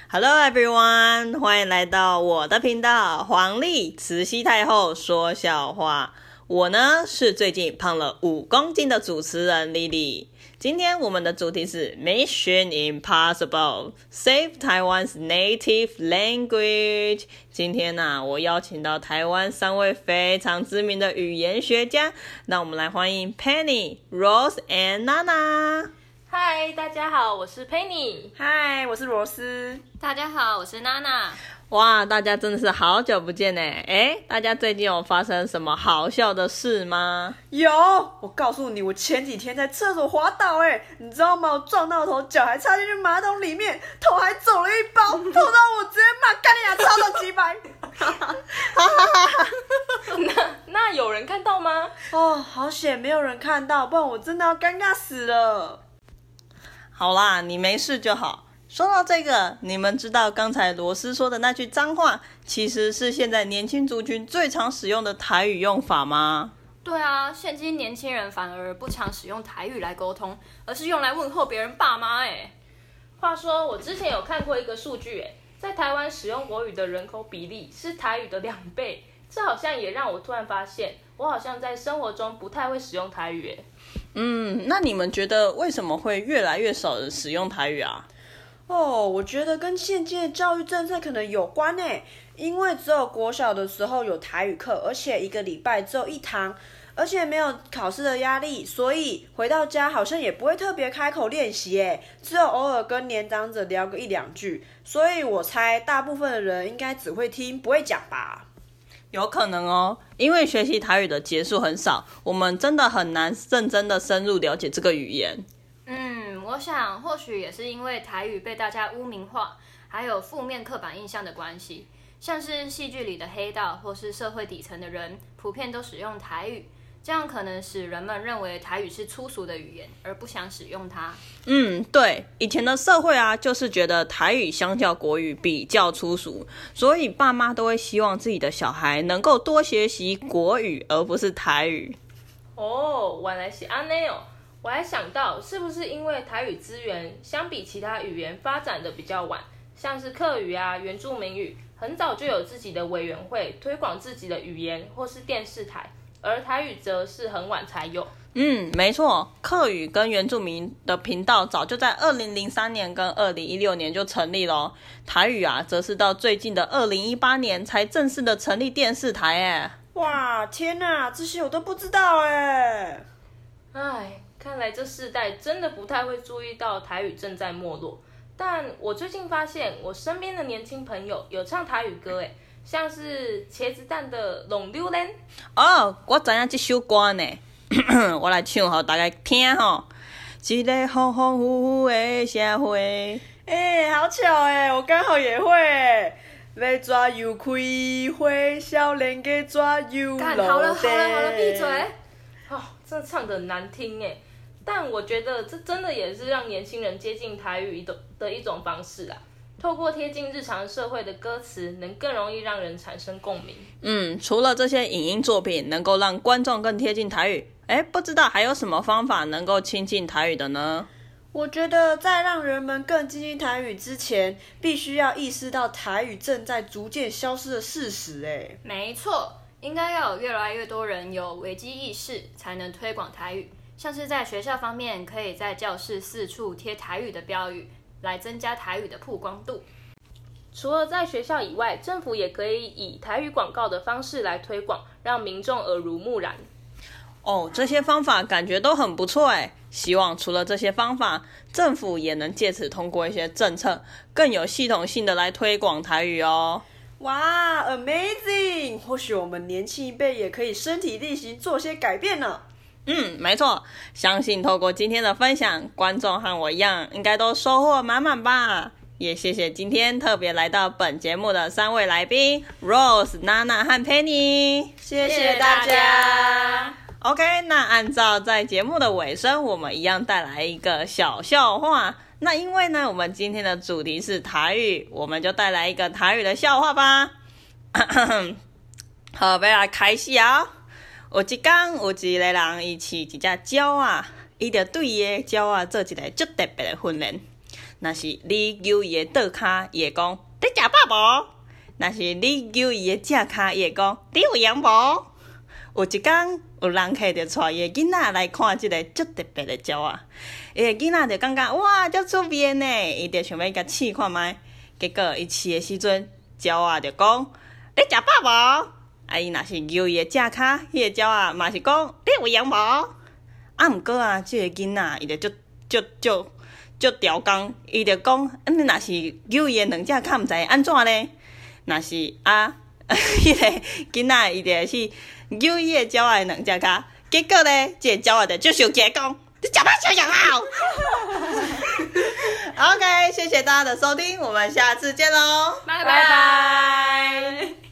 Hello everyone， 欢迎来到我的频道黄历慈禧太后说笑话。我呢是最近胖了5公斤的主持人 Lily。今天我们的主题是 Mission Impossible Save Taiwan's Native Language。今天我邀请到台湾3位非常知名的语言学家，那我们来欢迎 Penny、Rose and Nana。 嗨，大家好，我是 Penny。 嗨，我是罗斯。 大家好，我是娜娜。 哇，大家真的是好久不见耶！大家最近有发生什么好笑的事吗？ 有，我告诉你，我前几天在厕所滑倒你知道吗？我撞到头，脚还插进去马桶里面，头还肿了一包，痛到我直接骂干你娘超到鸡掰！ 那有人看到吗？ 哦，好险没有人看到，不然我真的要尴尬死了。 好啦，你没事就好。说到这个，你们知道刚才罗斯说的那句脏话，其实是现在年轻族群最常使用的台语用法吗？ 对啊，现今年轻人反而不常使用台语来沟通，而是用来问候别人爸妈话说，我之前有看过一个数据在台湾使用国语的人口比例是台语的2倍，这好像也让我突然发现，我好像在生活中不太会使用台语那你们觉得为什么会越来越少人使用台语啊？ 我觉得跟现今的教育政策可能有关因为只有国小的时候有台语课，而且1个礼拜只有1堂，而且没有考试的压力，所以回到家好像也不会特别开口练习只有偶尔跟年长者聊个1-2句，所以我猜大部分的人应该只会听不会讲吧。 有可能哦，因为学习台语的节数很少，我们真的很难认真的深入了解这个语言。 我想或许也是因为台语被大家污名化，还有负面刻板印象的关系，像是戏剧里的黑道或是社会底层的人，普遍都使用台语，这样可能使人们认为台语是粗俗的语言，而不想使用它。 对，以前的社会就是觉得台语相较国语比较粗俗，所以爸妈都会希望自己的小孩能够多学习国语，而不是台语。 原来是这样我还想到，是不是因为台语资源相比其他语言发展的比较晚，像是客语原住民语，很早就有自己的委员会推广自己的语言或是电视台，而台语则是很晚才有。 没错，客语跟原住民的频道早就在2003年跟2016年就成立了台语则是到最近的2018年才正式的成立电视台哇，天哪，这些我都不知道看来这世代真的不太会注意到台语正在没落。但我最近发现，我身边的年轻朋友有唱台语歌像是茄子蛋的《龙溜人》。 我知道这首歌呢，我来唱给大家听一个风风雨雨的社会。 好巧我刚好也会要抓又开会，少年家抓又落地。 好了，闭嘴！ 这唱得很难听但我觉得这真的也是让年轻人接近台语的一种方式透过贴近日常社会的歌词，能更容易让人产生共鸣。 除了这些影音作品能够让观众更贴近台语，不知道还有什么方法能够亲近台语的呢？ 我觉得在让人们更亲近台语之前，必须要意识到台语正在逐渐消失的事实没错，应该要有越来越多人有危机意识，才能推广台语。像是在学校方面，可以在教室4处贴台语的标语，来增加台语的曝光度。 除了在学校以外，政府也可以以台语广告的方式来推广，让民众耳濡目染。 这些方法感觉都很不错希望除了这些方法，政府也能借此通过一些政策，更有系统性的来推广台语哇 ，amazing！ 或许我们年轻一辈也可以身体力行做些改变呢。 没错，相信透过今天的分享，观众和我一样应该都收获满满吧。也谢谢今天特别来到本节目的3位来宾 Rose、娜娜和 Penny， 谢谢大家。 OK， 那按照在节目的尾声，我们一样带来一个小笑话。那因为呢，我们今天的主题是台语，我们就带来一个台语的笑话吧。好，要来开始有一天，有一个人伊饲一只鸟伊就对伊的鸟做一个足特别的训练。 若是你揪伊的倒骹，伊会讲你食饱无？若是你揪伊的正骹，伊会讲你有闲无？有一天，有人客就带伊的囡仔来看即个足特别的鸟仔，伊的囡仔就感觉哇，足趣味呢，伊就想要甲试看觅。结果伊试的时阵，鸟仔就讲你食饱无？啊，伊若是揪伊的正骹，迄个鸟仔嘛是讲你有闲无？啊，毋过啊，即个囡仔伊就足刁工，伊就讲，你若是揪伊的两只骹，毋知安怎呢？若是啊，迄个囡仔伊就是揪伊的鸟仔的两只骹，结果呢，即个鸟仔就足生气讲，你食饱小养好。OK， 谢谢大家的收听，我们下次见喽， 拜拜。